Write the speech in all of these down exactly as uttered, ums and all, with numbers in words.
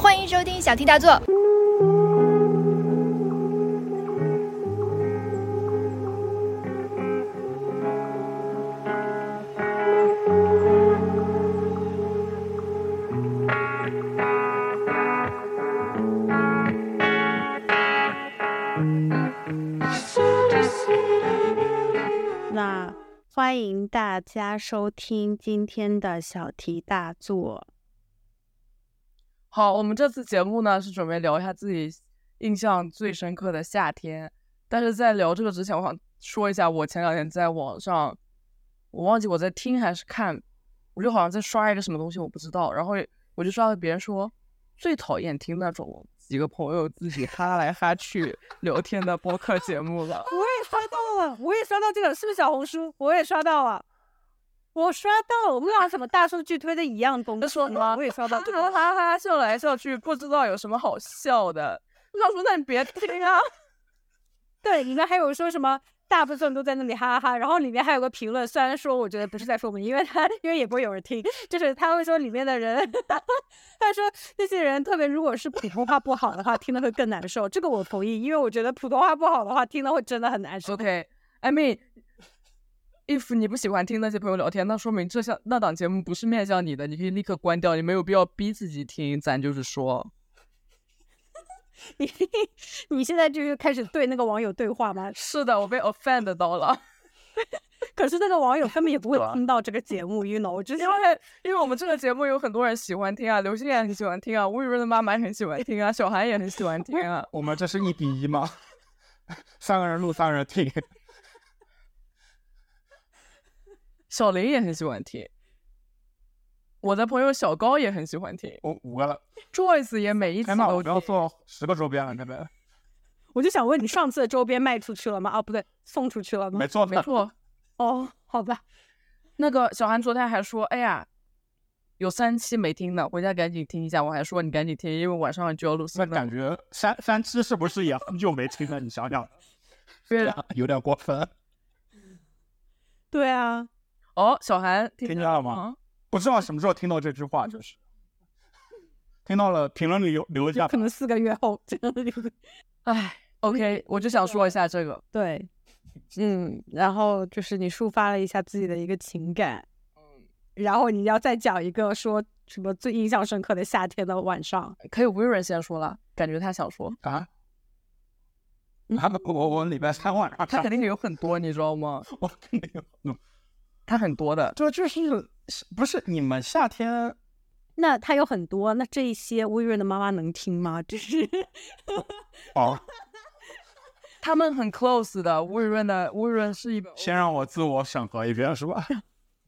欢迎收听小题大做。 那欢迎大家收听今天的小题大做。 好，我们这次节目呢是准备聊一下自己印象最深刻的夏天，但是在聊这个之前，我想说一下，我前两天在网上，我忘记我在听还是看，我就好像在刷一个什么东西，我不知道，然后我就刷到别人说最讨厌听那种几个朋友自己哈来哈去聊天的播客节目了。 我也刷到了，我也刷到这个，是不是小红书？我也刷到了。我刷到了，我们俩什么大数据推的一样东西， 说什么？ 我也刷到， 哈哈哈哈笑来笑去，不知道有什么好笑的。我想说，那你别听啊。 对，里面还有说什么，大部分都在那里哈哈哈，然后里面还有个评论，虽然说我觉得不是在说我们，因为他因为也不会有人听，就是他会说里面的人，他说那些人特别如果是普通话不好的话，听的会更难受。这个我同意，因为我觉得普通话不好的话，听的会真的很难受。 OK，I mean。if 你不喜欢听那些朋友聊天，那说明这项那档节目不是面向你的，你可以立刻关掉，你没有必要逼自己听。咱就是说， 你你现在就是开始对那个网友对话吗？ 是的，我被 offend 到了。 可是那个网友根本也不会听到这个节目，you know，就是因为因为我们这个节目有很多人喜欢听啊，刘星也很喜欢听啊，吴雨润的妈妈也很喜欢听啊，小韩也很喜欢听啊。 我们这是一比一吗？三个人录，三个人听。 小林也很喜欢听，我的朋友小高也很喜欢听， 我五个了。 Joyce 也每一期都听。 不要做十个周边了，这边。 我就想问你，上次的周边卖出去了吗？啊，不对，送出去了吗？ 没错， 没错。 哦，好吧。 那个小韩昨天还说，哎呀，有三期没听呢，回家赶紧听一下。我还说你赶紧听，因为晚上就要录。 那感觉三三期是不是也很久没听了？你想想， 对， 有点过分。 对啊。 哦，小韩听见了吗、嗯？不知道什么时候听到这句话，就是听到了，评论里留留一下， 可能四个月后真的留。 哎 ，OK， 我就想说一下这个， 对，嗯，然后就是你抒发了一下自己的一个情感，嗯，然后你要再讲一个说什么最印象深刻的夏天的晚上， 可以吴雨润先说了，感觉他想说啊。他们、嗯、我我礼拜三晚上， 他肯定有很多，你知道吗？ 我肯定有很多。 他很多的， 这就是不是你们夏天？ 那他有很多，那这一些吴雨润的妈妈能听吗？就是哦， 他们很 close 的。吴雨润的吴雨润是一本， 先让我自我审核一遍，是吧？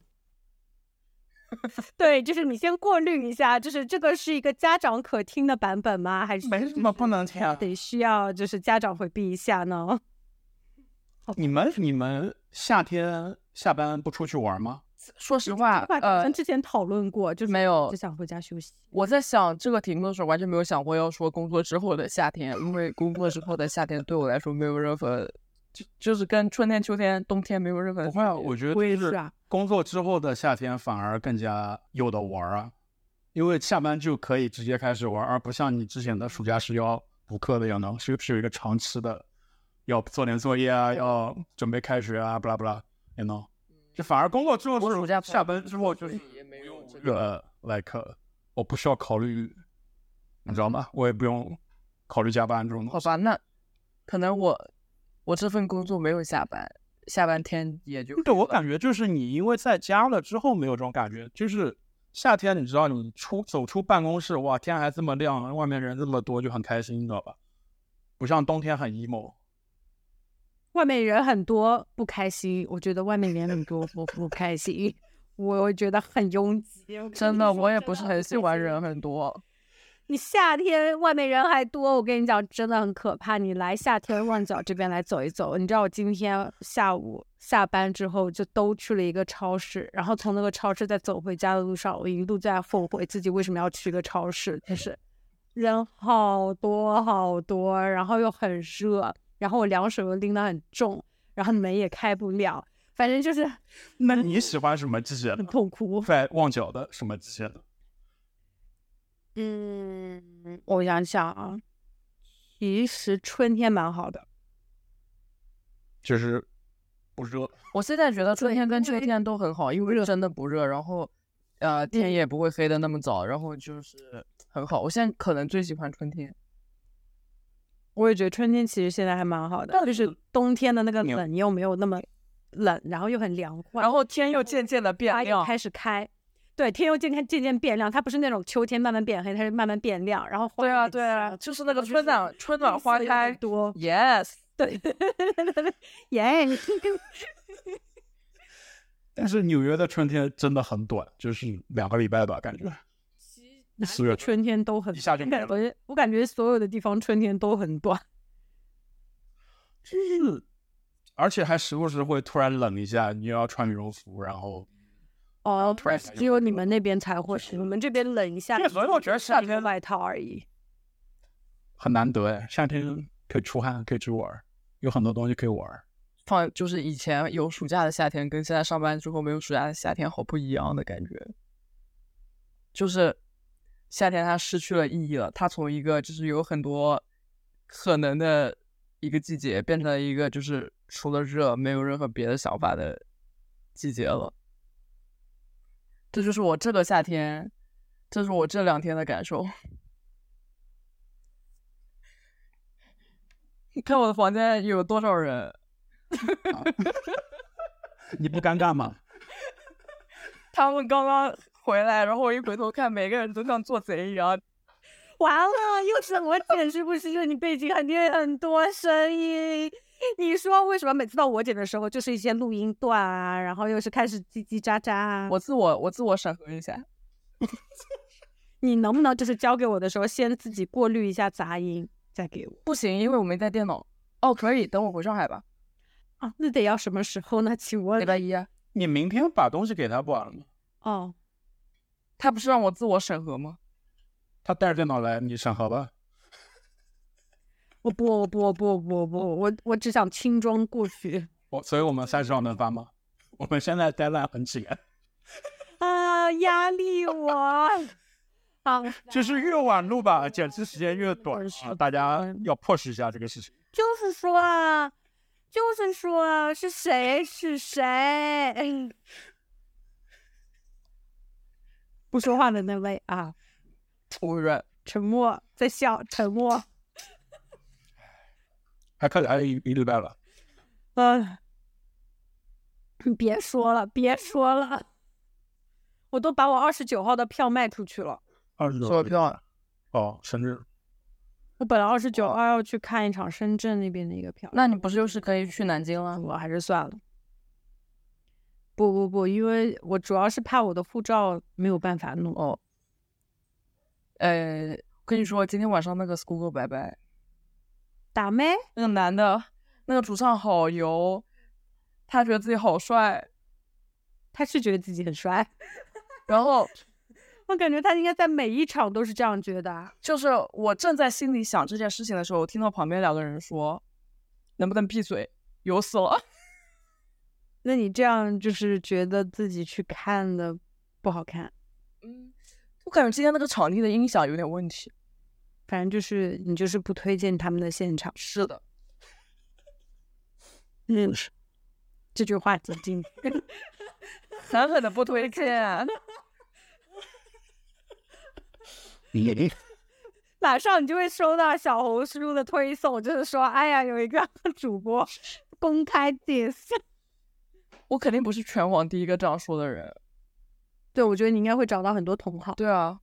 对，就是你先过滤一下，就是这个是一个家长可听的版本吗？还是没什么不能听、啊， 得需要就是家长回避一下呢？ 你们你们夏天下班不出去玩吗？ 说实话，呃， 跟之前讨论过，就是没有， 只想回家休息。 我在想这个题目的时候，完全没有想过要说工作之后的夏天，因为工作之后的夏天对我来说没有任何，就就是跟春天、秋天、冬天没有任何。 不会啊，我觉得我也是啊。 工作之后的夏天反而更加有的玩啊，因为下班就可以直接开始玩，而不像你之前的暑假是要补课的样的，是是有一个长期的。要做点作业啊，要准备开学啊，不啦不啦 ，you know， 就反而工作之后， 我暑假下班之后就是也没有这个 like， 我不需要考虑，你知道吗？我也不用考虑加班这种东西。 好吧，那可能我我这份工作没有下班，下半天也就对我感觉就是你因为在家了之后没有这种感觉，就是夏天你知道你出走出办公室，哇，天还这么亮，外面人这么多就很开心，你知道吧？不像冬天很 emo。 外面人很多不开心，我觉得外面人很多不不开心，我觉得很拥挤。 真的，我也不是很喜欢人很多。 你夏天外面人还多，我跟你讲，真的很可怕。你来夏天旺角这边来走一走，你知道我今天下午下班之后就都去了一个超市，然后从那个超市再走回家的路上，我一路在后悔自己为什么要去一个超市，就是人好多好多，然后又很热。然后我两手又拎得很重，然后门也开不了，反正就是。 那你喜欢什么季节的？ 很痛苦。 在旺角的什么季节的？ 嗯， 我想想啊，其实春天蛮好的， 就是不热。 我现在觉得春对天跟因为秋天都很好，因为真的不热，然后呃天也不会黑的那么早，然后就是很好。我现在可能最喜欢春天。 我也觉得春天其实现在还蛮好的， 但就是冬天的那个你冷又没有那么冷，然后又很凉快， 然后天又渐渐的变亮， 花又开始开，对，天又渐渐渐渐变亮，它不是那种秋天慢慢变黑，它是慢慢变亮，然后花对啊也对啊， 香就是那个然后春暖春暖花绿色又很开多， ，yes。 对，耶， 但是纽约的春天真的很短，就是两个礼拜吧，感觉。四月春天都很一下就没了感觉我感觉所有的地方春天都很短， 就是，而且还时不时会突然冷一下，你又要穿羽绒服，然后哦， 突然一下就只有你们那边才会，我们这边冷一下， 对所以我觉得夏天外套而已。 很难得哎。夏天可以出汗，可以去玩，有很多东西可以玩。 放就是以前有暑假的夏天，跟现在上班之后没有暑假的夏天好不一样的感觉。就是夏天它失去了意义了，它从一个就是有很多可能的一个季节，变成一个就是除了热没有任何别的想法的季节了。这就是我这个夏天，这是我这两天的感受。你看我的房间有多少人？ 你不尴尬吗？ 他们刚刚回来，然后我一回头看，每个人都像做贼一样。 完了，又怎么剪？是不是因为你背景肯定很多声音？你说为什么每次到我剪的时候，就是一些录音段啊，然后又是开始叽叽喳喳啊？ 我自我我自我审核一下。 你能不能就是交给我的时候，先自己过滤一下杂音，再给我？ 不行，因为我没带电脑。哦，可以，等我回上海吧。 啊，那得要什么时候呢？请问礼？拜一啊。 你明天把东西给他不完了吗？ 哦， 他不是让我自我审核吗？ 他带着电脑来，你审核吧。 我不，我不，我不，我不，我不，我我只想轻装过去。 我所以我们三十号能发吗？我们现在 deadline 很紧， 啊，压力我。啊， 就是越晚录吧，剪辑时间越短啊，大家要 push 一下这个事情。 就是说啊，就是说啊，是谁是谁？嗯不说话的那位啊， 微软。 沉默，在笑，沉默。 还开始还有一一礼拜了， 嗯、你别说了，别说了，我都把我二十九号的票卖出去了。 二十售票啊。 哦，生日我本来二十九号要去看一场深圳那边的一个票， 那你不是就是可以去南京了？ 我还是算了。不不不，因为我主要是怕我的护照没有办法弄。 哦。呃，跟你说，今天晚上那个 School 拜拜， 打咩？ 那个男的，那个主唱好油，他觉得自己好帅， 他是觉得自己很帅， 然后我感觉他应该在每一场都是这样觉得啊。 就是我正在心里想这件事情的时候，我听到旁边两个人说：“能不能闭嘴？油死了。” 那你这样就是觉得自己去看的不好看， 嗯，我感觉今天那个场地的音响有点问题。 反正就是你就是不推荐他们的现场。 是的。 嗯，这句话怎进去？ 狠狠的不推荐。 你马上你就会收到小红书的推送，就是说，哎呀，有一个主播公开 diss。 我肯定不是全网第一个这样说的人。 对，我觉得你应该会找到很多同好。 对啊。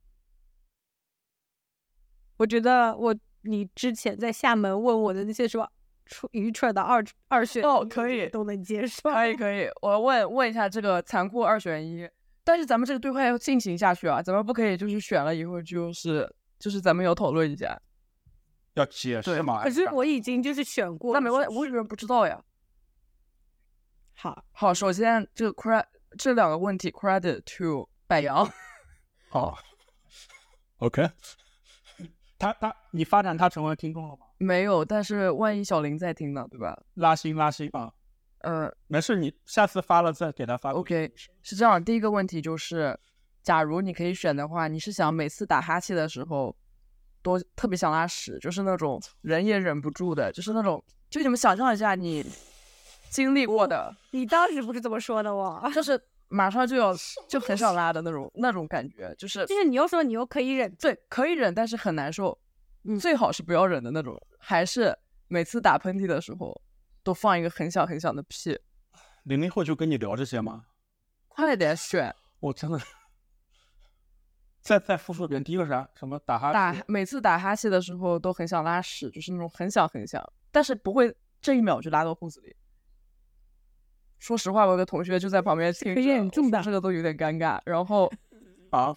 我觉得我你之前在厦门问我的那些什么蠢愚蠢的二二选哦，可以， 都能接受。 可以可以，我问问一下这个残酷二选一，但是咱们这个对话要进行下去啊，咱们不可以就是选了以后就是就是咱们要讨论一下。 要解释嘛？ 可是我已经就是选过， 那没关系，我有人不知道呀。 好好，首先这个 credit 这两个问题 credit to 百杨。 哦 ，OK。他他你发展他成为听众了吗？ 没有，但是万一小林在听呢，对吧？ 拉新拉新啊。 嗯， 没事，你下次发了再给他发。 OK， 是这样。第一个问题就是，假如你可以选的话，你是想每次打哈欠的时候， 都特别想拉屎，就是那种人也忍不住的，就是那种，就你们想象一下你经历过的， 你当时不是这么说的我， 就是马上就要就很想拉的那种那种感觉，就是就是你又说你又可以忍， 对，可以忍，但是很难受， 嗯最好是不要忍的那种，还是每次打喷嚏的时候都放一个很响很响的屁。 零零后就跟你聊这些吗？ 快点选， 我真的。再再复述一遍，第一个啥？什么打哈打欠？ 每次打哈欠的时候都很想拉屎，就是那种很响很响，但是不会这一秒就拉到裤子里。说实话，我有个同学就在旁边听着， 可以忍住的我说这个都有点尴尬。然后啊，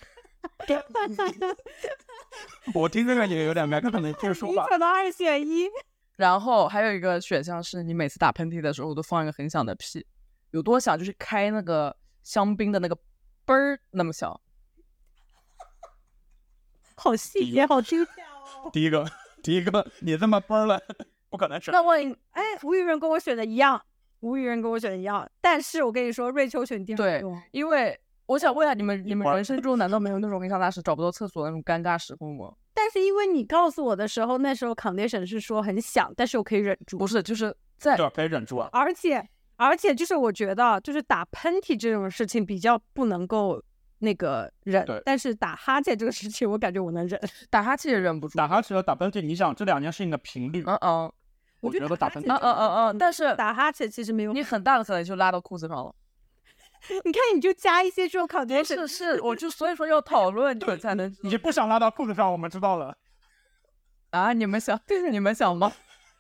我听这个也有点尴尬，可能就是说你吧。 可能二选一。 然后还有一个选项是你每次打喷嚏的时候都放一个很响的屁，有多响就是开那个香槟的那个嘣儿那么响。 好细节，好精彩哦！ 第一个，第一个，你这么崩了，不可能是。 那万一哎，吴雨人跟我选的一样，吴雨人跟我选的一样，但是我跟你说，瑞秋选第二对个， 因为我想问一下你们，你们人生中难道没有那种很想拉屎找不到厕所的那种尴尬时候吗？ 但是因为你告诉我的时候，那时候 condition 是说很响，但是我可以忍住， 不是，就是在对，可以忍住啊。 而且而且就是我觉得就是打喷嚏这种事情比较不能够那个忍对， 但是打哈欠这个事情我感觉我能忍。 打哈欠也忍不住。 打哈欠和打喷嚏，你想这两件事情的频率， 嗯嗯我觉得打喷嗯嚏， 嗯嗯嗯，但是打哈欠其实没有， 你很大的可能就拉到裤子上了。 你看你就加一些这种 condition， 是是，我就所以说要讨论你们才能你不想拉到裤子上，我们知道了。 啊，你们想你们想吗？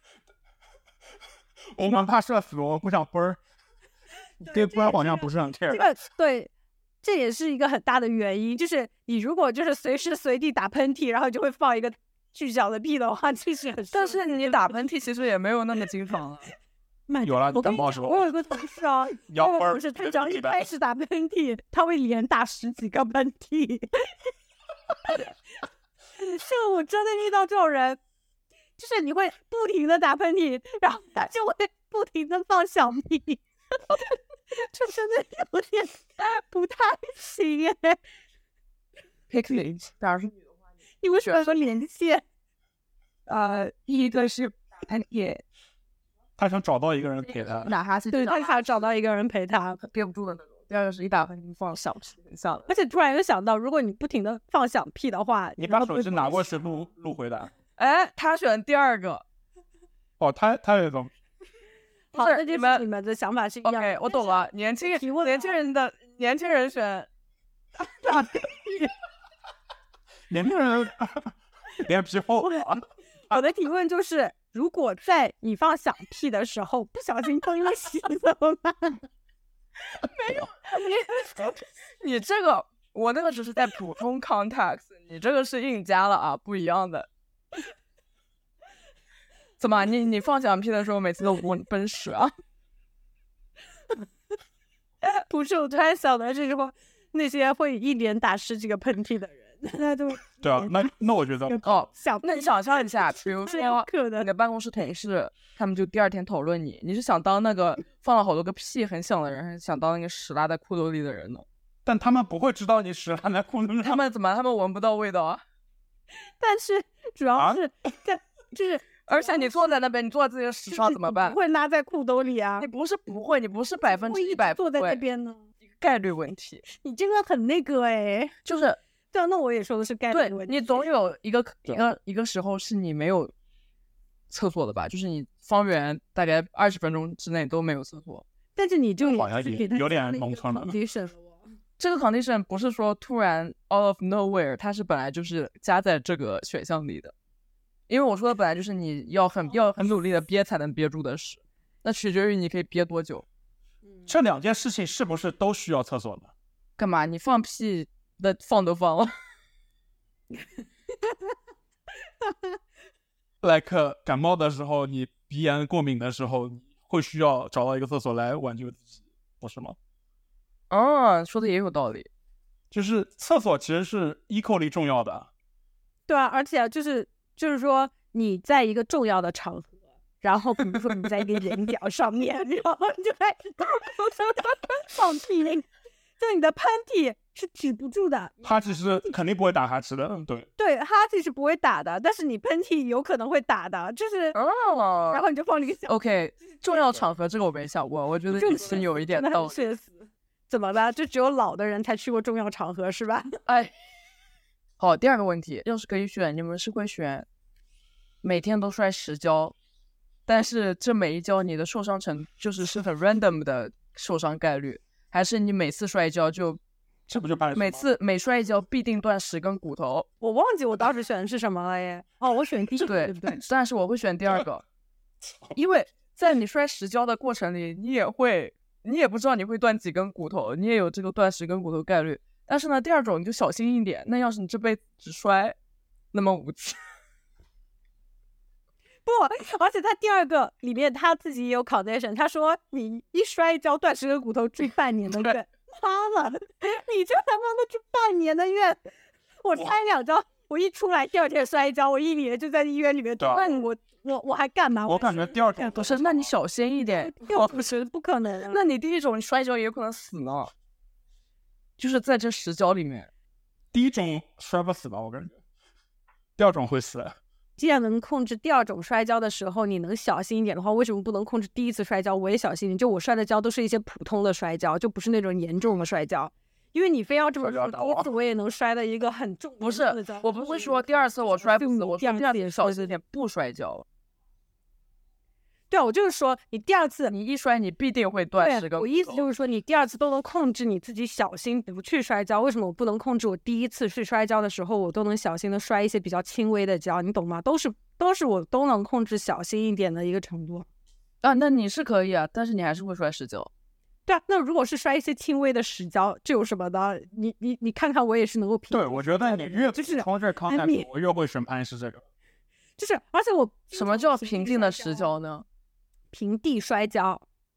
我们怕社死，我不想崩儿。对崩儿好像不是很 care。 这个对，这也是一个很大的原因，就是你如果就是随时随地打喷嚏，然后就会放一个巨小的屁的话，其实很。 但是你打喷嚏其实也没有那么经常啊。 有了， 我跟你讲， 感冒时候我有一个同事啊， 要崩儿我有个同事，他只要一开始打喷嚏，他会连打十几个喷嚏。是我真的遇到这种人，就是你会不停的打喷嚏，然后他就会不停的放小屁，就真的有点不太行哎。 Picnic，假如是你的话， 你为什么说连线？呃，一个是打喷嚏， 他想找到一个人陪他。 打哈欠， 对他想找到一个人陪他。 憋不住的那种。第二个是一打喷嚏放小屁，很像的。 而且突然又想到，如果你不停的放响屁的话， 你把手机拿过去录录回答。 哎，他选第二个。 哦，他他有一种好，那就是你们你们的想法是一样的。 OK， 我懂了。年轻提问啊年轻人的年轻人选打屁， 年轻人脸皮厚啊。 我的提问就是，如果在你放响屁的时候不小心崩了屎怎么办？ 没有你，你这个我那个只是在普通 context， 你这个是硬加了啊，不一样的。怎么？你你放响屁的时候每次都奔奔屎啊？ 不是，我突然想到是说那些会一连打十几个喷嚏的人，那就对啊，那那我觉得哦， 想那你想象一下，比如是有说可能你的办公室同事，他们就第二天讨论你，你是想当那个放了好多个屁很响的人，还是想当那个屎拉在裤兜里的人呢？ 但他们不会知道你屎拉在裤子上。 他们怎么？他们闻不到味道啊？ 但是主要啊是在、就是， 而且你坐在那边，你坐在自己的屎上怎么办不？会拉在裤兜里啊你？不是不会，你不是百分之会一一百直坐在那会， 边呢？ 概率问题， 你这个很那个哎， 就是对啊，那我也说的是概对率问题。 你总有一个一对个一个时候是你没有厕所的吧？就是你方圆大概二十分钟之内都没有厕所。 但是你就好像也是给他有点加了一个农村了 condition 了哦。 这个 condition 不是说突然 out of nowhere， 它是本来就是加在这个选项里的。因为我说的本来就是你要很要很努力的憋才能憋住的屎，那取决于你可以憋多久。 这两件事情是不是都需要厕所的？ 干嘛？你放屁的放都放了。 like 感冒的时候，你鼻炎过敏的时候，你会需要找到一个厕所来挽救自己，不是吗？ 嗯，说的也有道理。 就是厕所其实是 equally 重要的。 对啊，而且就是就是说你在一个重要的场合，然后比如说你在一个演讲上面，然后你就开始放屁， 就你的喷嚏是止不住的， 哈气是肯定不会打哈气的，嗯，对。 对，哈气是不会打的，但是你喷嚏有可能会打的，就是哦， 然后你就放这个小 OK， 重要场合这个我没想过，我觉得这你是有一点真的道理。 很社死。怎么了？就只有老的人才去过重要场合是吧？ 哎，好，第二个问题，要是可以选，你们是会选每天都摔十跤，但是这每一跤你的受伤程就是是很 random 的受伤概率，还是你每次摔一跤就这不就办每次每摔一跤必定断十根骨头？ 我忘记我当时选的是什么了耶。哦，我选第一个， 对对不对？ 但是我会选第二个，因为在你摔十跤的过程里，你也会，你也不知道你会断几根骨头，你也有这个断十根骨头概率。但是呢，第二种你就小心一点。那要是你这辈子只摔那么五次， 不，而且他第二个里面他自己也有 condition， 他说你一摔一跤断十根骨头住半年的院，妈了，你就他妈的住半年的院。我摔两跤，我一出来第二天摔一跤，我一年就在医院里面住，那我我我还干嘛？ 我感觉第二种不是，那你小心一点。 又不是不可能、啊。 那你第一种你摔跤也有可能死呢，就是在这十跤里面， 第一种摔不死吧，我感觉，第二种会死。 既然能控制第二种摔跤的时候，你能小心一点的话，为什么不能控制第一次摔跤？我也小心一点，就我摔的跤都是一些普通的摔跤，就不是那种严重的摔跤。因为你非要这么说，第一次我也能摔的一个很重。 不是，我不会说第二次我摔不死，我说第二次小心点不摔跤。 对啊，我就是说你第二次你一摔，你必定会断十根骨头。 我意思就是说，你第二次都能控制你自己小心不去摔跤，为什么我不能控制我第一次去摔跤的时候，我都能小心的摔一些比较轻微的跤？你懂吗？都是都是我都能控制小心一点的一个程度啊。那你是可以啊，但是你还是会摔十跤。 对啊，那如果是摔一些轻微的死跤，这有什么的？你你你看看，我也是能够平。 对，我觉得你越就是从这 concept， 我越会审判是这个。 就是，而且我什么叫平静的死跤呢？ 平地摔跤。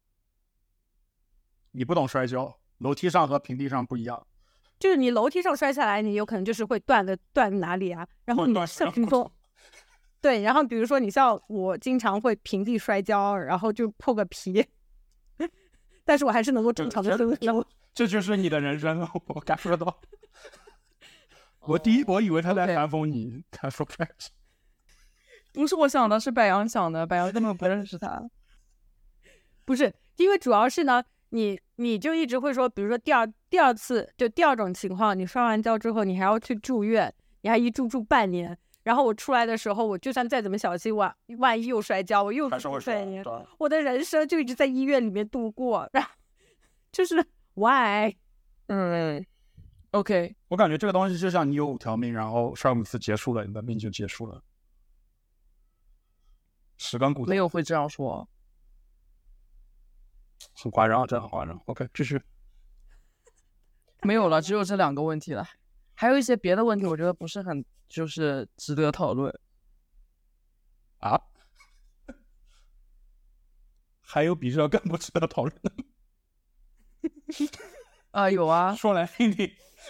你不懂摔跤，楼梯上和平地上不一样。 就是你楼梯上摔下来，你有可能就是会断的断哪里啊？然后你像比如说，对，然后比如说你像我经常会平地摔跤，然后就破个皮。但是我还是能够正常的生活， 这就是你的人生，我感受到。我第一，我以为他在反讽你，他说开始， 不是我想的，是白羊想的，白羊根本不认识他。 不是，因为主要是呢，你你就一直会说，比如说第二第二次就第二种情况，你摔完跤之后，你还要去住院，你还一住住半年。然后我出来的时候，我就算再怎么小心，万万一又摔跤，我又住半年，我的人生就一直在医院里面度过，然后就是 why？ 嗯 ，OK， 我感觉这个东西就像你有五条命，然后摔五次结束了，你的命就结束了。十根骨头没有会这样说， 很夸张，真很夸张。OK， 继续。 没有了，只有这两个问题了，还有一些别的问题，我觉得不是很。就是值得讨论啊？还有比这更不值得讨论的？ 啊，有啊， 说来听听。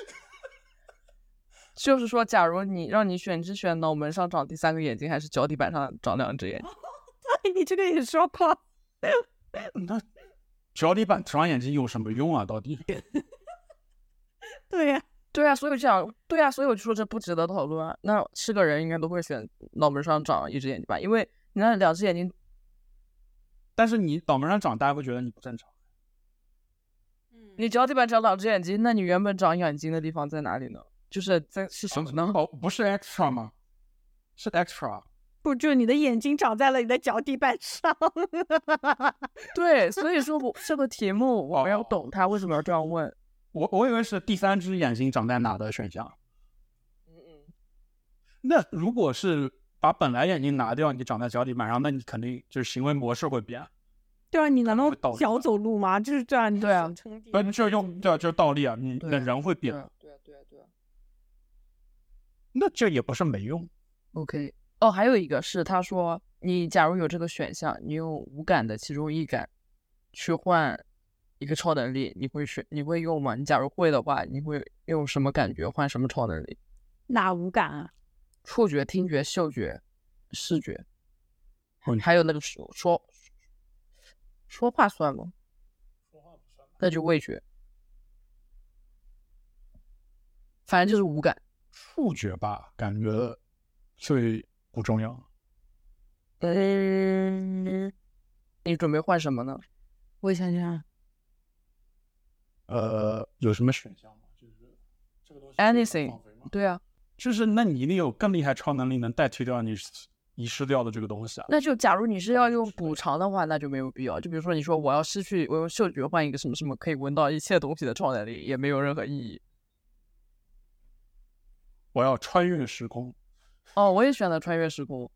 就是说，假如你让你选，你是选脑门上长第三个眼睛，还是脚底板上长两只眼睛？ 对，你这个也说过。 那脚底板长眼睛有什么用啊？到底？ 对呀、啊。 对啊，所以我讲，对啊，所以我就说这不值得讨论啊。那是个人应该都会选脑门上长一只眼睛吧，因为你那两只眼睛， 但是你脑门上长，大家会觉得你不正常。 嗯，你脚底板长两只眼睛，那你原本长眼睛的地方在哪里呢？就是在是什么呢？ 哦，不是 extra 吗？是 extra。 不，就是你的眼睛长在了你的脚底板上。 对，所以说我这个题目我没有懂他为什么要这样问。 我我以为是第三只眼睛长在哪的选项。嗯嗯。那如果是把本来眼睛拿掉，你长在脚底板上，那你肯定就是行为模式会变。 对啊，你难道脚走路吗？就是这样。 对啊。 不，就是用对啊，就是倒立啊，你的人会变。 对啊，对啊，对啊，对啊。 那这也不是没用。 OK。哦，还有一个是他说，你假如有这个选项，你用五感的其中一感去换。一个超能力，你会选？你会用吗？你假如会的话，你会用什么感觉换什么超能力？ 哪五感啊？ 触觉、听觉、嗅觉、视觉，嗯、还有那个说说说话算吗？ 说话不算， 那就味觉。 反正就是无感。 触觉吧，感觉最不重要。 嗯，你准备换什么呢？ 我想想， 呃，有什么选项吗？就是这个东西 anything。对啊， 就是那你一定有更厉害超能力能代替掉你遗失掉的这个东西啊。 那就假如你是要用补偿的话，那就没有必要。就比如说你说我要失去，我用嗅觉换一个什么什么可以闻到一切东西的超能力，也没有任何意义。 我要穿越时空。 哦，我也选择穿越时空。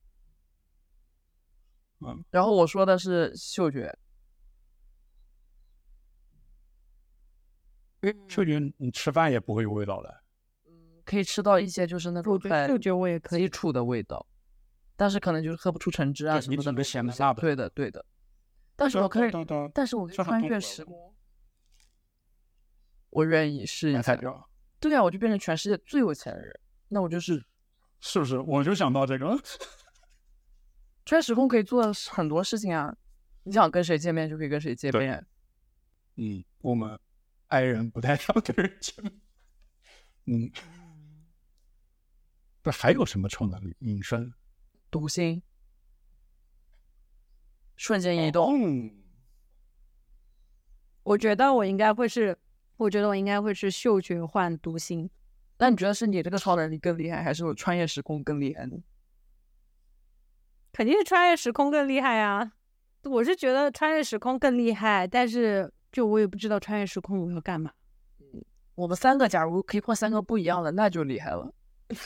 嗯， 然后我说的是嗅觉。 嗅觉你吃饭也不会有味道的。 嗯，可以吃到一些就是那种很嗅觉我也可以基础的味道，但是可能就是喝不出橙汁啊什么的。 你咸的辣的。 对的，对的。但是我可以，但是我可以穿越时空。我愿意试一下。对啊，我就变成全世界最有钱的人。那我就是， 是不是？我就想到这个。 穿越时空可以做很多事情啊！你想跟谁见面就可以跟谁见面。 嗯，我们爱人不太想跟人见面。嗯，不，还有什么超能力？隐身、 读心、瞬间移动。 嗯， 我觉得我应该会是，我觉得我应该会是嗅觉换读心。 那你觉得是你这个超能力更厉害，还是我穿越时空更厉害呢？ 肯定是穿越时空更厉害啊！我是觉得穿越时空更厉害，但是就我也不知道穿越时空我要干嘛。 嗯，我们三个假如可以换三个不一样的，那就厉害了。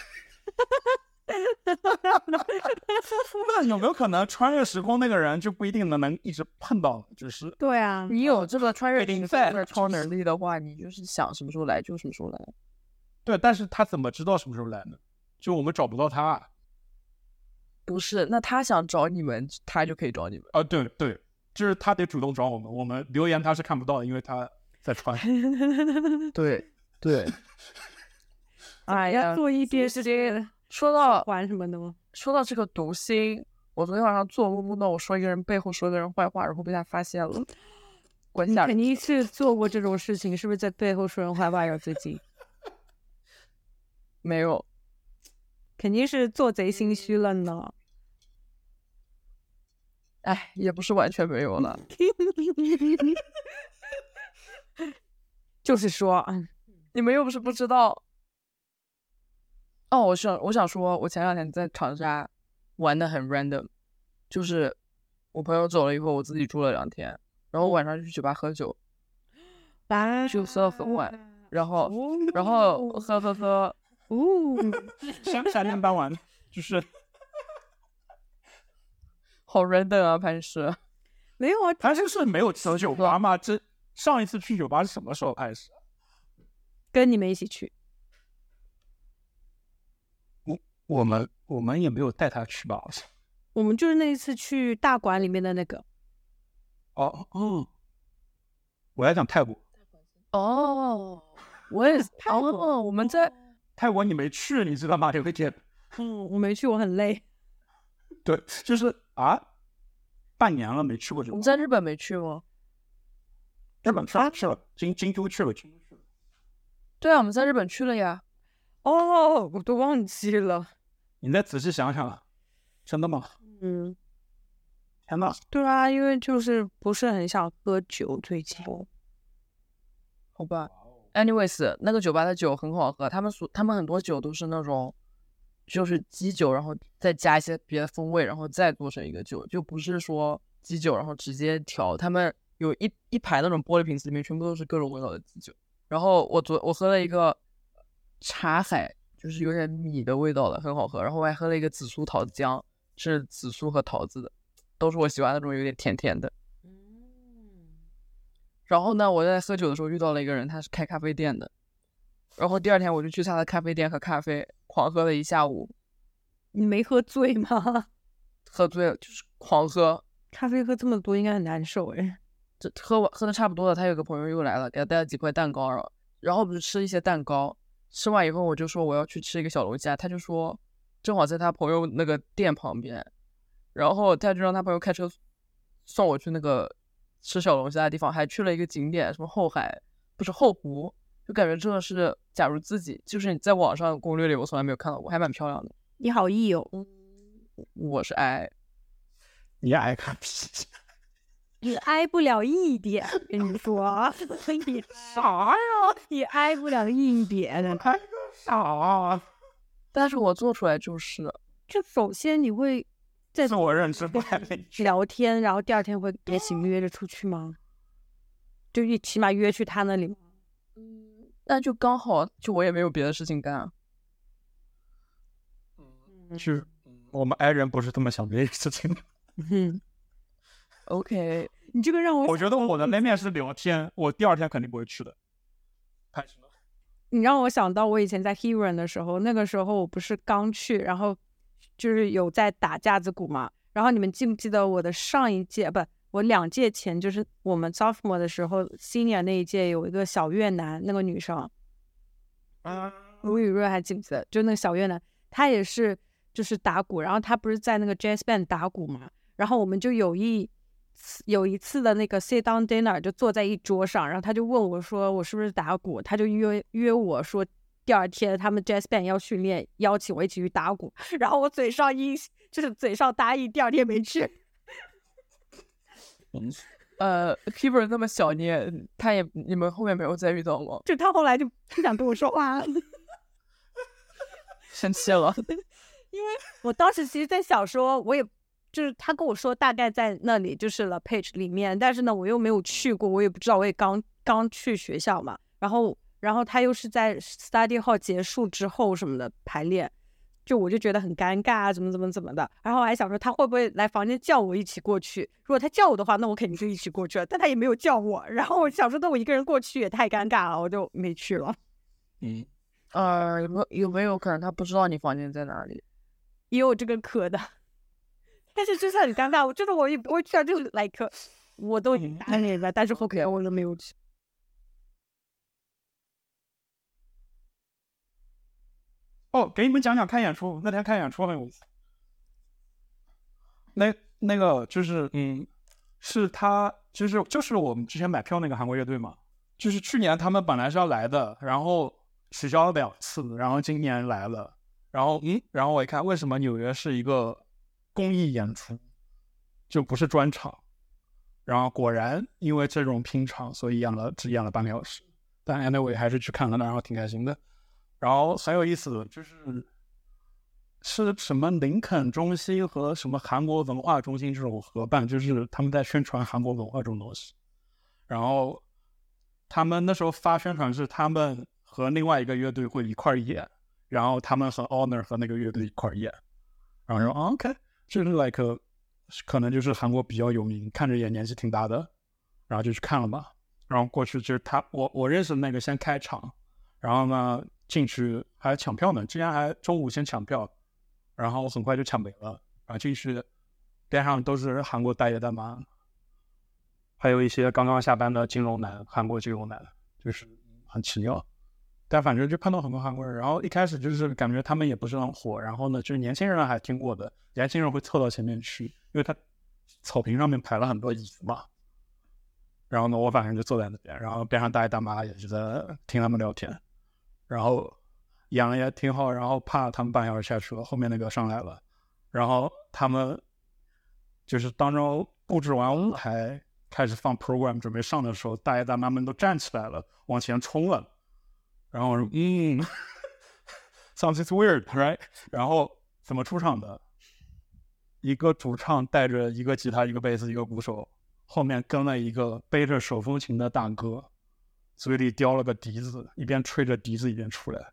那有没有可能穿越时空那个人就不一定能能一直碰到？就是对啊， 你有这个穿越时空的超能力的话，你就是想什么时候来就什么时候来。 对，但是他怎么知道什么时候来呢？就我们找不到他。 不是，那他想找你们，他就可以找你们。 啊，对对，就是他得主动找我们，我们留言他是看不到的，因为他在穿。 对对。 哎呀，做一些事情。 说到玩什么的吗？ 说到这个读心，我昨天晚上做梦到我说一个人背后说一个人坏话，然后被他发现了。滚下！ 肯定是做过这种事情，是不是在背后说人坏话呀？最近没有， 肯定是做贼心虚了呢。 哎，也不是完全没有了。 就是说， 你们又不是不知道。哦，我想我想说，我前两天在长沙玩的很 random， 就是我朋友走了以后，我自己住了两天，然后晚上就去酒吧喝酒，就喝到很晚，然后然后喝喝喝， 哦， 三三天傍晚，就是好 random 啊，潘石。 没有啊， 潘石是没有去酒吧吗？这上一次去酒吧是什么时候开始？ 跟你们一起去。 我们我们也没有带他去吧？ 我们就是那一次去大馆里面的那个。 哦哦，我要讲泰国。 哦，我也是。哦，我们在泰国你没去，你知道吗？有个姐。 嗯，我没去，我很累。 对，就是啊，半年了没去过这。 我们在日本没去吗？ 日本去了，去了，京京都去了，京都去了。 对啊，我们在日本去了呀。 哦，我都忘记了。 你再仔细想想，真的吗？ 嗯， 天哪！ 对啊，因为就是不是很想喝酒，最近。 好吧 ，anyways， 那个酒吧的酒很好喝，他们所他们很多酒都是那种，就是基酒，然后再加一些别的风味，然后再做成一个酒，就不是说基酒然后直接调。他们有一一排那种玻璃瓶子，里面全部都是各种味道的基酒。然后我昨我喝了一个茶海，就是有点米的味道的，很好喝。然后我还喝了一个紫苏桃子浆，是紫苏和桃子的，都是我喜欢那种有点甜甜的。然后呢，我在喝酒的时候遇到了一个人，他是开咖啡店的。然后第二天我就去他的咖啡店喝咖啡，狂喝了一下午。 你没喝醉吗？ 喝醉了，就是狂喝。 咖啡喝这么多应该很难受哎。 这喝完喝的差不多了，他有个朋友又来了，给他带了几块蛋糕，然后然后不是吃一些蛋糕。吃完以后我就说我要去吃一个小龙虾，他就说正好在他朋友那个店旁边，然后他就让他朋友开车送我去那个吃小龙虾的地方，还去了一个景点，什么后海不是后湖， 就感觉真的是，假如自己就是你在网上攻略里，我从来没有看到过，还蛮漂亮的。 你好 E 哦， 我是 I， 你爱看屁？ 你挨不了 E 点，跟你说，你啥呀？ 你挨不了 E 点， 拍个啥？ 但是我做出来就是， 就首先你会在自我认知不太明确。 聊天，然后第二天会也行约着出去吗？就你起码约去他那里吗？ 嗯，那就刚好，就我也没有别的事情干。 嗯，是我们 I 人不是这么想这个事情的。 嗯 OK， 你这个让我， 我觉得我的那面是聊天，我第二天肯定不会去的。拍什么？ 你让我想到我以前在 Heron 的时候，那个时候我不是刚去，然后就是有在打架子鼓嘛。然后你们记不记得我的上一届不，我两届前就是我们 sophomore 的时候 ，senior 那一届有一个小越南那个女生， 啊， 卢雨润还记不记得？就那个小越南，她也是就是打鼓，然后她不是在那个 jazz band 打鼓嘛，然后我们就有一有一次的那个 sit down dinner 就坐在一桌上，然后他就问我说我是不是打鼓，他就约约我说第二天他们 jazz band 要训练，邀请我一起去打鼓，然后我嘴上应就是嘴上答应，第二天没去。 呃 Keyboard 那么小，你也他也你们后面没有再遇到吗？ 就他后来就不想跟我说话了。 生气了。 因为我当时其实在想说，我也就是他跟我说大概在那里就是 La Page 里面，但是呢我又没有去过，我也不知道，我也刚刚去学校嘛，然后然后他又是在 study hall 结束之后什么的排练，就我就觉得很尴尬啊，怎么怎么怎么的，然后我还想说他会不会来房间叫我一起过去，如果他叫我的话那我肯定就一起过去了，但他也没有叫我，然后我想说那我一个人过去也太尴尬了，我就没去了。 嗯，呃，有没有有没有可能他不知道你房间在哪里？ 也有这个可的，但是就是很尴尬，我真的我也不会去啊，就 like 我都已经答应了，但是后面我都没有去。 哦，给你们讲讲看演出，那天看演出很有意思。那那个就是嗯，是他就是就是我们之前买票那个韩国乐队嘛，就是去年他们本来是要来的，然后取消了两次，然后今年来了，然后嗯，然后我一看为什么纽约是一个公益演出，就不是专场，然后果然因为这种拼场，所以演了只演了半个小时，但 anyway 还是去看了，然后挺开心的。然后很有意思的就是是什么林肯中心和什么韩国文化中心这种合办，就是他们在宣传韩国文化这种东西。然后他们那时候发宣传是他们和另外一个乐队会一块演，然后他们和 Honor 和那个乐队一块演，然后说、哦、OK 就是 like 可能就是韩国比较有名，看着也年纪挺大的，然后就去看了嘛。然后过去就是他我我认识的那个先开场，然后呢进去还抢票呢，之前还中午先抢票，然后很快就抢没了，然后进去边上都是韩国大爷大妈，还有一些刚刚下班的金融男，韩国金融男，就是很奇妙。但反正就看到很多韩国人，然后一开始就是感觉他们也不是很火，然后呢就是年轻人还听过的，年轻人会凑到前面去，因为他草坪上面排了很多椅子嘛，然后呢我反正就坐在那边，然后边上大爷大妈也是在听他们聊天，然后演了也挺好，然后怕他们半小时下去了，后面那个上来了，然后他们就是当中布置完舞台开始放 program 准备上的时候，大爷大妈们都站起来了，往前冲了，然后我说嗯something's weird right， 然后怎么出场的，一个主唱带着一个吉他一个贝斯一个鼓手，后面跟了一个背着手风琴的大哥，嘴里叼了个笛子，一边吹着笛子一边出来，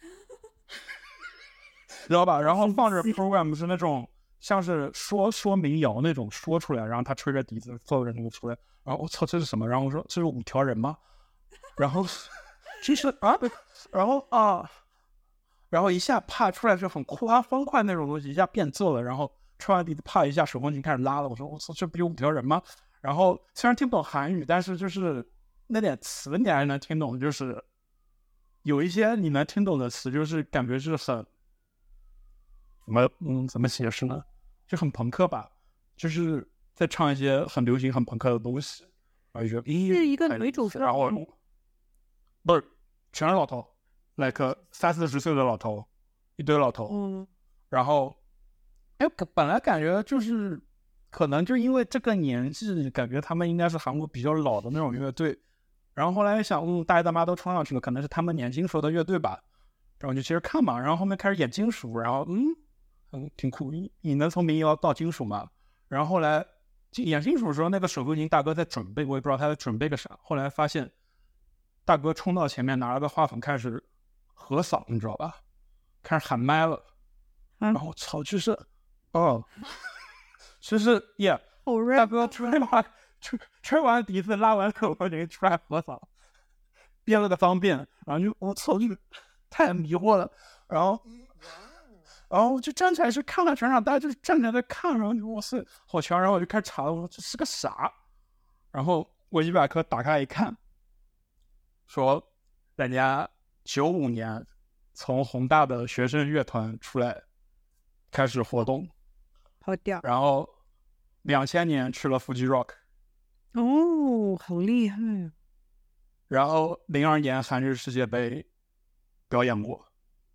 知道吧？然后放着 program 是那种像是说说民谣那种说出来，然后他吹着笛子做着那个出来，然后我操这是什么？然后我说这是五条人吗？然后其实啊，然后啊，然后一下啪出来就很夸欢快那种东西，一下变奏了，然后吹完笛子啪一下手风琴开始拉了，我说我操这不有五条人吗？然后虽然听不懂韩语，但是就是那点词你还能听懂，就是有一些你能听懂的词，就是感觉是很怎么嗯怎么解释呢？就很朋克吧，就是在唱一些很流行、很朋克的东西，然后就觉得咦， 是一个女主然后不是全是老头，like 三四十岁的老头，一堆老头。 嗯， 然后，哎，本来感觉就是可能就因为这个年纪，感觉他们应该是韩国比较老的那种乐队。然后后来想，嗯，大爷大妈都冲上去了，可能是他们年轻时候的乐队吧。然后就接着看嘛。然后后面开始演金属，然后嗯嗯挺酷，你你能从民谣到金属嘛？然后后来演金属的时候，那个手风琴大哥在准备，我也不知道他在准备个啥。后来发现大哥冲到前面，拿了个话筒开始合嗓，你知道吧？开始喊麦了。然后操，就是哦，就是耶，大哥吹完吹吹完笛子，拉完口风琴出来合嗓，编了个脏辫，然后就我操，就太迷惑了。然后。然后就站起来是看了全场，大家就是站起来在看，然后就哇塞好强，然后我就开始查了，我说这是个啥？然后维基百科打开一看，说人家九五年从宏大的学生乐团出来开始活动， 好屌。 然后两千年去了 Fuji Rock， 哦，好厉害。 然后零二年韩日世界杯表演过。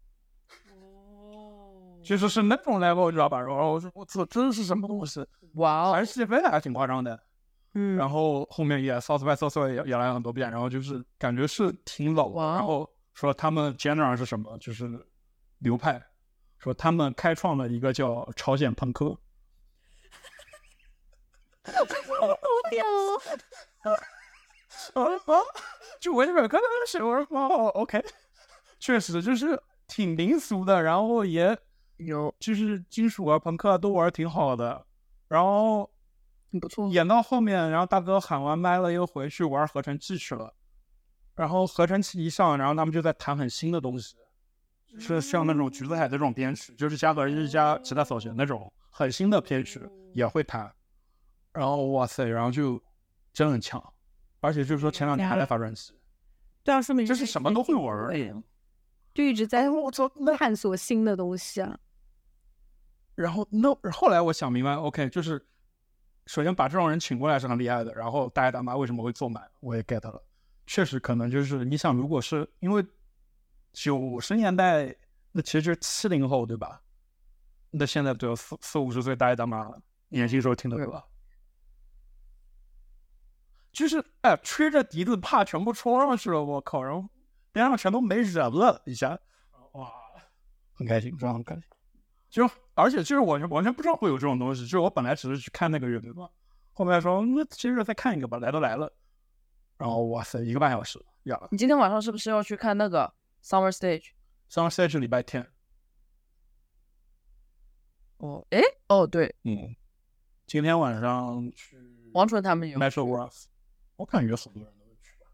就是是那种 level， 你知道吧？然后我说我操，这是什么东西？ 哇哦， 还是世界杯还挺夸张的。 嗯， 然后后面也 South by Southwest 也也来了很多遍，然后就是感觉是挺老的。 哇然后说他们 genre 是什么，就是流派，说他们开创了一个叫朝鲜朋克。 好屌哦！啊！就我这边看到的时候，哦 ，OK， 确实就是挺民俗的，然后也。有就是金属啊、朋克啊都玩挺好的，然后不错。 演到后面，然后大哥喊完麦了，又回去玩合成器去了。然后合成器一上，然后他们就在弹很新的东西，是像那种橘子海的这种编曲，就是加个日加其他扫弦那种很新的编曲也会弹。然后哇塞，然后就真的很强，而且就是说前两年还在发专辑。 对啊，说明就是什么都会玩。 就一直在探索新的东西啊。 然后那后来我想明白 ，OK， 就是首先把这种人请过来是很厉害的。然后大爷大妈为什么会做满，我也 get 了。确实可能就是你想，如果是因为九十年代，那其实就是七零后对吧？那现在都有四四五十岁大爷大妈了，年轻时候听的歌，就是哎吹着笛子怕全部冲上去了，我靠！然后边上全都没人了，一下哇，很开心，真的很开心。就而且就是我完全不知道会有这种东西，就是我本来只是去看那个乐队嘛，后面说那其实再看一个吧，来都来了，然后哇塞，一个半小时呀！ 你今天晚上是不是要去看那个 Summer Stage？Summer Stage 礼拜天。 哦，诶，哦对， 嗯，今天晚上去王纯他们有 Metro Graph， 我感觉很多人都会去吧。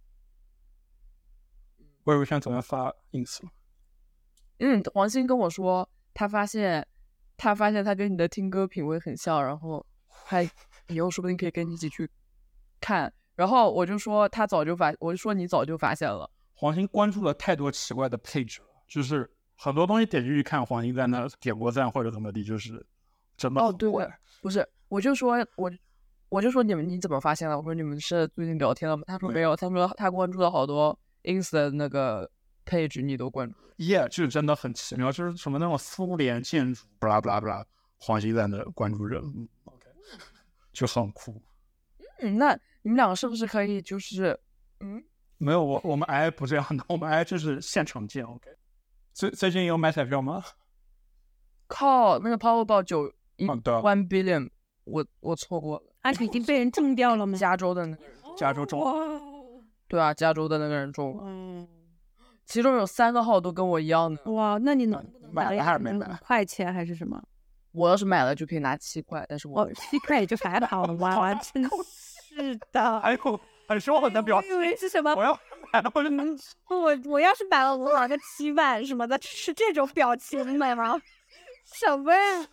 我以为现在昨天发 ins 了。 嗯，黄鑫跟我说。他发现，他发现他跟你的听歌品味很像，然后他以后说不定可以跟你一起去看。然后我就说他早就发，我就说你早就发现了。 黄鑫关注了太多奇怪的配置了，就是很多东西点进去看，黄鑫在那点过赞或者怎么地，就是真的。 哦，对，不是，我就说我我就说你们你怎么发现了？我说你们是最近聊天了吗？他说没有，他说他关注了好多 ins 的那个配置，你都关注。 耶、yeah, 就是真的很奇妙，就是什么那种苏联建筑，不啦不啦不啦，黄鑫在那关注着，嗯 ，OK， 就很酷。 嗯，那你们两个是不是可以就是，嗯， 没有，我我们 I 不这样的，我们 I 就是现场见 ，OK。最最近有买彩票吗？ 靠，那个 Powerball 九一 one billion， 我我错过了。 啊，已经被人中掉了吗？ 加州的那个人， 加州中。 对啊，加州的那个人中了。 嗯。 其中有三个号都跟我一样的。 哇，那你能不能买了还是没买？ 五块钱还是什么？ 我要是买了就可以拿七块，但是我哦七块也就还好了。哇，真是的。 还有很凶狠的表情。 我以为是什么？ 我要买了我就能。 我我要是买了，我拿个七万什么的，是这种表情买吗？什么呀？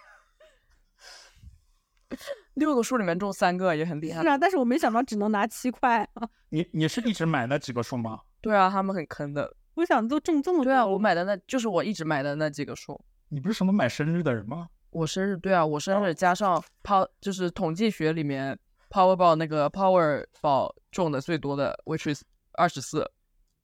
六个数里面中三个也很厉害。 是啊，但是我没想到只能拿七块。 你你是一直买那几个数吗？ 对啊，他们很坑的。 我想都中这么多。 对啊，我买的那就是我一直买的那几个数。 你不是什么买生日的人吗？ 我生日，对啊，我生日加上 power 就是统计学里面 Powerball 那个 Power 宝中的最多的 which is 二十四。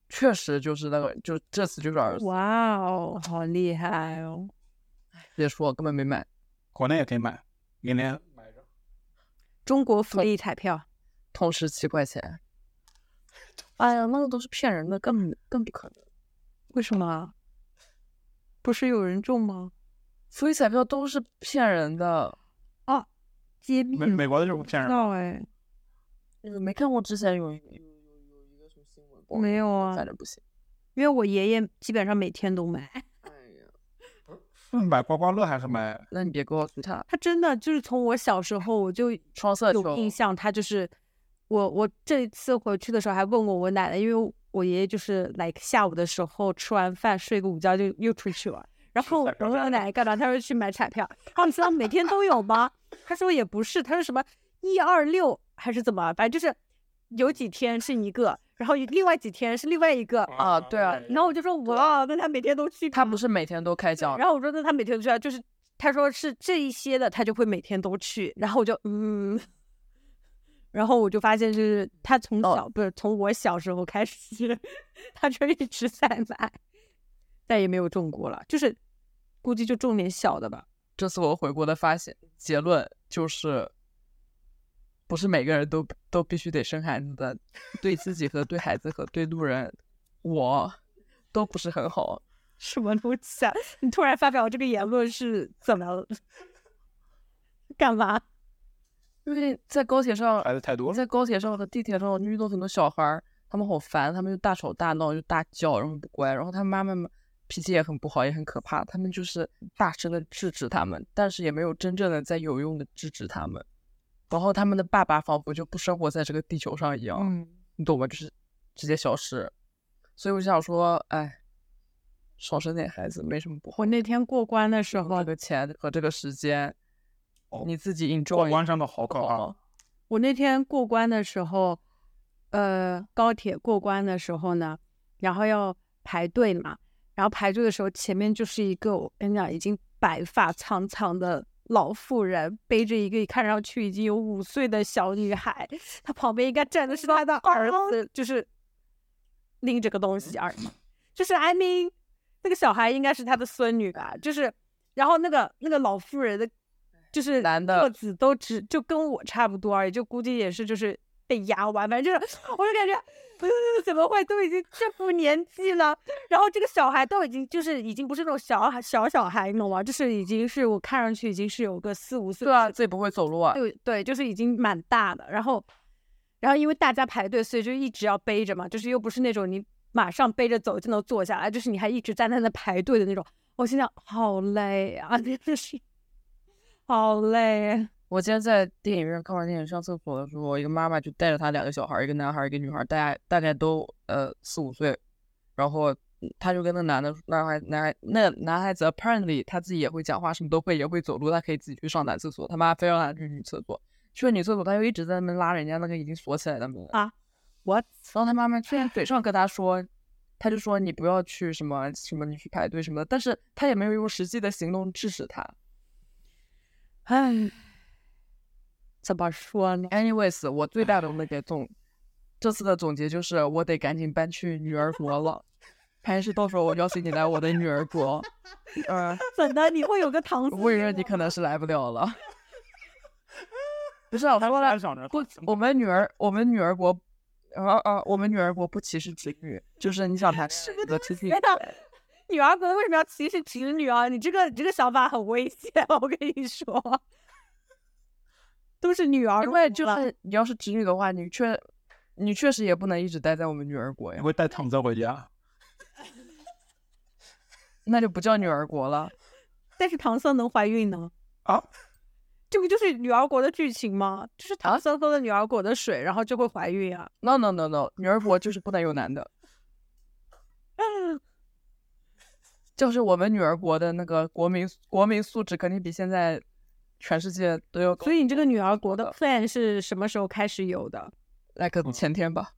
确实就是那个，就这次就是二十四。 哇哦，好厉害哦！ 别说，根本没买。 国内也可以买，明年买着。 中国福利彩票， 同时七块钱。哎呀，那个都是骗人的，更更不可能。 为什么？不是有人中吗？ 福利彩票都是骗人的。 哦，揭秘美美国的就是骗人的。 哎， 你没看过之前有有有有一个什么新闻？ 没有啊， 反正不行。 因为我爷爷基本上每天都买。 哎呀， 是买刮刮乐还是买？ 那你别告诉他， 他真的就是从我小时候我就双色球有印象，他就是我我这一次回去的时候还问过我奶奶，因为我爷爷就是来下午的时候吃完饭睡个午觉就又出去了，然后我问我奶奶干嘛，他说去买彩票，然后你知道每天都有吗？他说也不是，他说什么一二六还是怎么，反正就是有几天是一个，然后另外几天是另外一个啊，对啊。 然后我就说哇，那他每天都去？ 他不是每天都开奖。 然后我说那他每天都去啊，就是他说是这一些的，他就会每天都去。然后我就嗯，然后我就发现就是他从小、哦、不是从我小时候开始，他就一直在买，但也没有中过了，就是估计就中点小的吧。 这次我回国的发现结论就是。不是每个人都都必须得生孩子的，对自己和对孩子和对路人，我都不是很好。 什么东西啊？你突然发表这个言论是怎么了？干嘛？ 因为在高铁上孩子太多了， 在高铁上和地铁上遇到很多小孩，他们好烦，他们就大吵大闹，就大叫，然后不乖，然后他妈妈们脾气也很不好，也很可怕，他们就是大声的制止他们，但是也没有真正的在有用的制止他们。然后他们的爸爸仿佛就不生活在这个地球上一样， 嗯， 你懂吗？就是直接消失。所以我想说，哎，少生点孩子没什么不好。 我那天过关的时候， 这个钱和这个时间，哦、你自己 enjoy。 过关上的好可怕。 我那天过关的时候，呃，高铁过关的时候呢，然后要排队嘛，然后排队的时候，前面就是一个我跟你讲已经白发苍苍的老妇人，背着一个看上去已经有五岁的小女孩，她旁边应该站的是她的儿子，就是拎着个东西而已，就是 I mean 那个小孩应该是她的孙女吧，就是然后那个那个老妇人的，就是男的个子都只就跟我差不多而已，就估计也是就是被压完，反正就是我就感觉。呃，怎么会都已经这副年纪了，然后这个小孩都已经就是已经不是那种小小小孩，你懂吗？就是已经是我看上去已经是有个四五岁。 对啊，自己不会走路啊。 对对，就是已经蛮大的。然后，然后因为大家排队，所以就一直要背着嘛，就是又不是那种你马上背着走就能坐下来，就是你还一直站在那排队的那种。我心想，好累啊，真的是好累。 我今天在电影院看完电影上厕所的时候，一个妈妈就带着她两个小孩，一个男孩一个女孩，大概大概都呃四五岁，然后他就跟那男的男孩男孩那个男孩子 apparently 他自己也会讲话，什么都会，也会走路，他可以自己去上男厕所，他妈非让他去女厕所，去了女厕所他又一直在那边拉人家那个已经锁起来的门啊 what？ 然后他妈妈虽然嘴上跟他说，他就说你不要去什么什么你去排队什么的，但是他也没有用实际的行动制止他。 唉。怎么说呢 ？Anyways， 我最大的那个总这次的总结就是，我得赶紧搬去女儿国了。还是到时候我邀请你来我的女儿国。呃， 怎的？你会有个堂？ 我以为你可能是来不了了。不是，我说了，不，我们女儿，我们女儿国，啊啊，我们女儿国不歧视直女，就是你想谈什么的直女。 女儿国为什么要歧视直女啊？你这个你这个想法很危险，我跟你说。都是女儿， 因为就是你要是直女的话，你确你确实也不能一直待在我们女儿国呀。 你会带躺着回家， 那就不叫女儿国了。 但是唐僧能怀孕呢？ 啊， 这不就是女儿国的剧情吗？就是唐僧喝了女儿国的水，然后就会怀孕啊 ？No no no no， 女儿国就是不能有男的。嗯，就是我们女儿国的那个国民国民素质肯定比现在。全世界都有， 所以你这个女儿国的 plan 是什么时候开始有的？ 来个前天吧。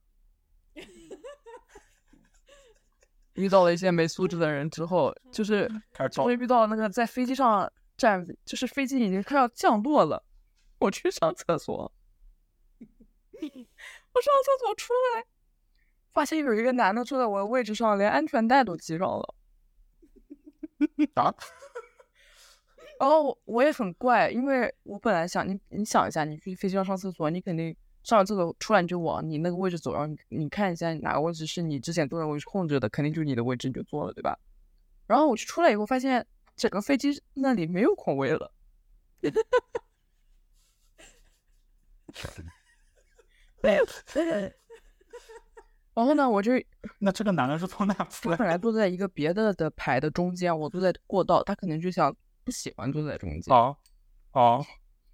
遇到了一些没素质的人之后，就是终于遇到那个在飞机上站，就是飞机已经快要降落了，我去上厕所，我上厕所出来， 发现有一个男的坐在我的位置上，连安全带都系上了。 啊？ 然后我我也很怪，因为我本来想你你想一下，你去飞机上上厕所，你肯定上完厕所出来你就往你那个位置走，然后你你看一下哪个位置是你之前坐的位置空着的，肯定就是你的位置，你就坐了，对吧？然后我去出来以后发现整个飞机那里没有空位了。然后呢，我就那这个男的是从哪出来？ 本来坐在一个别的的排的中间，我坐在过道，他可能就想不喜欢坐在中间。 哦哦，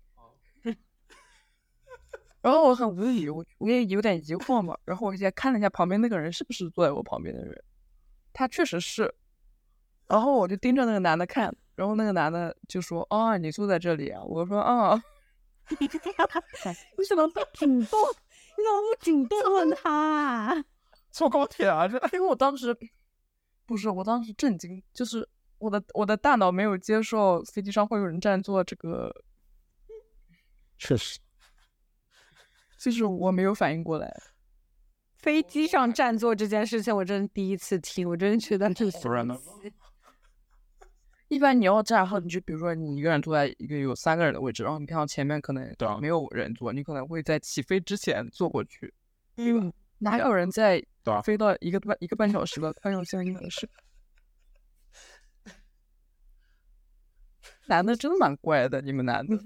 然后我很无语，我我也有点疑惑嘛。然后我先看了一下旁边那个人是不是坐在我旁边的人，他确实是。然后我就盯着那个男的看，然后那个男的就说：“啊，你坐在这里啊？”我说：“啊。” 为什么不主动？你怎么不主动问他啊？ 坐高铁啊？这因为我当时不是，我当时震惊，就是我的我的大脑没有接受飞机上会有人占座这个， 确实， 就是我没有反应过来。 飞机上占座这件事情，我真的第一次听，我真的觉得很突然的。 一般你要站后，你就比如说你一个人坐在一个有三个人的位置，然后你看到前面可能没有人坐，你可能会在起飞之前坐过去，对吧？哪有人在飞到一个半一个半小时了，还有相应的事？男的真蛮怪的，你们男的。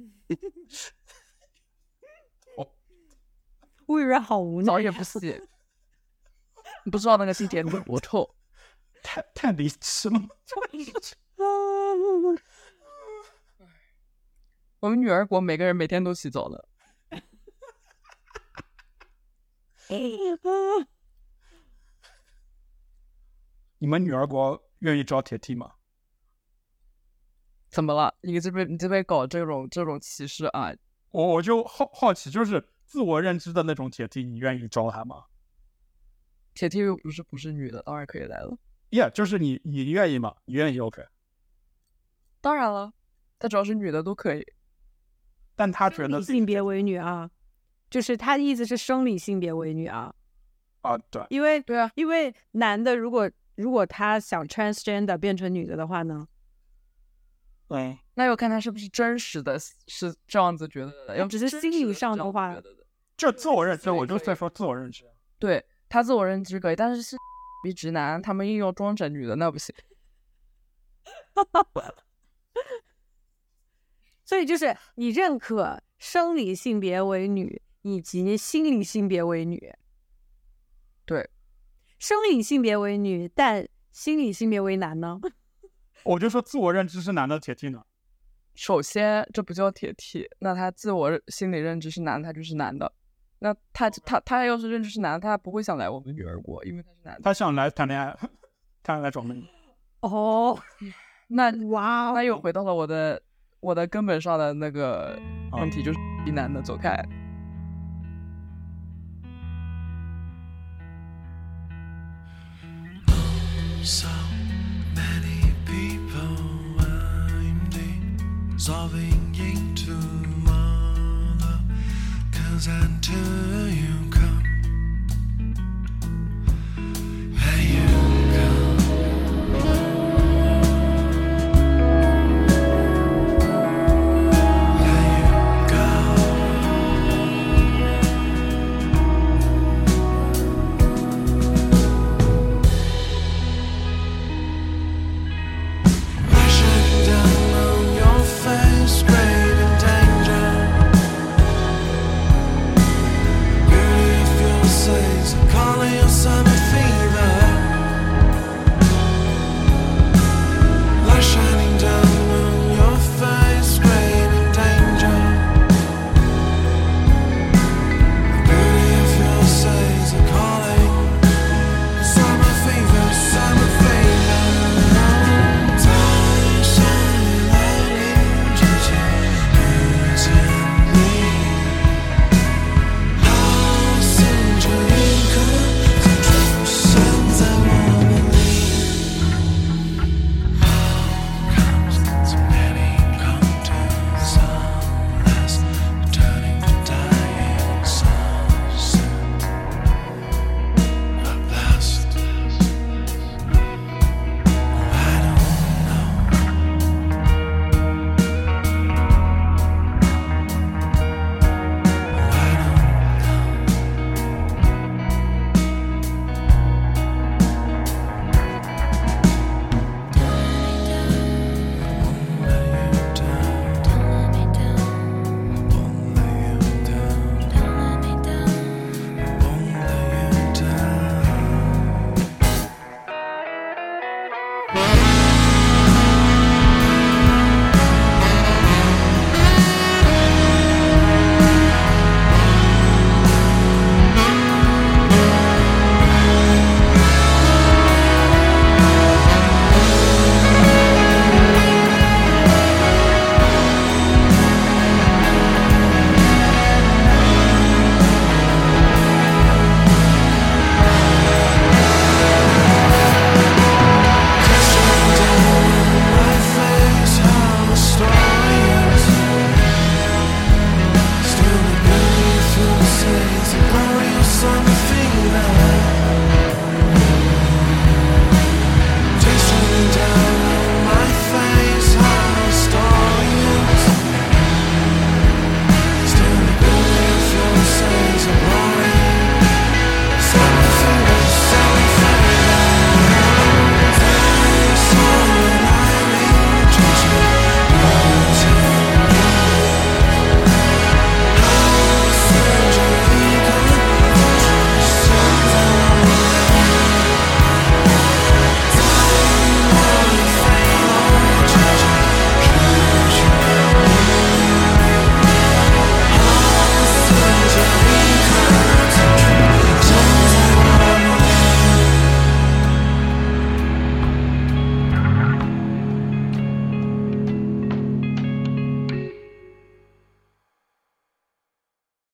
我以为好无奈， 澡也不洗，你不知道那个地铁多臭， 太太离奇了。 我们女儿国每个人每天都洗澡的。 你们女儿国愿意招铁 T 吗？ 怎么了？你这边你这边搞这种这种歧视啊？ 我我就好好奇，就是自我认知的那种铁 T，你愿意招她吗？ 铁 T 又不是不是女的，当然可以来了。 Yeah， 就是你你愿意吗？你愿意 OK？ 当然了，她只要是女的都可以。 但她觉得性别为女啊，就是她的意思是生理性别为女啊。 啊，对， 因为对啊， 因为男的如果如果他想 transgender 变成女的的话呢？ 嗯， 那要看他是不是真实的是这样子觉得的，要只是心理上的话， 就自我认知，我就在说自我认知。 对，他自我认知可以，但是是比直男，他们硬要装成女的，那不行。 所以就是你认可生理性别为女以及心理性别为女。 对， 生理性别为女，但心理性别为男呢？ 我就说自我认知是男的铁 T 呢。 首先，这不叫铁 T， 那他自我心理认知是男的，他就是男的。那他他他要是认知是男的，他不会想来我们女儿国，因为他是男的。 他想来谈恋爱，他来找妹。 哦， 那哇， 那又回到了我的我的根本上的那个问题，就是一男的走开。 So many people I'm dissolving into one, 'cause until you come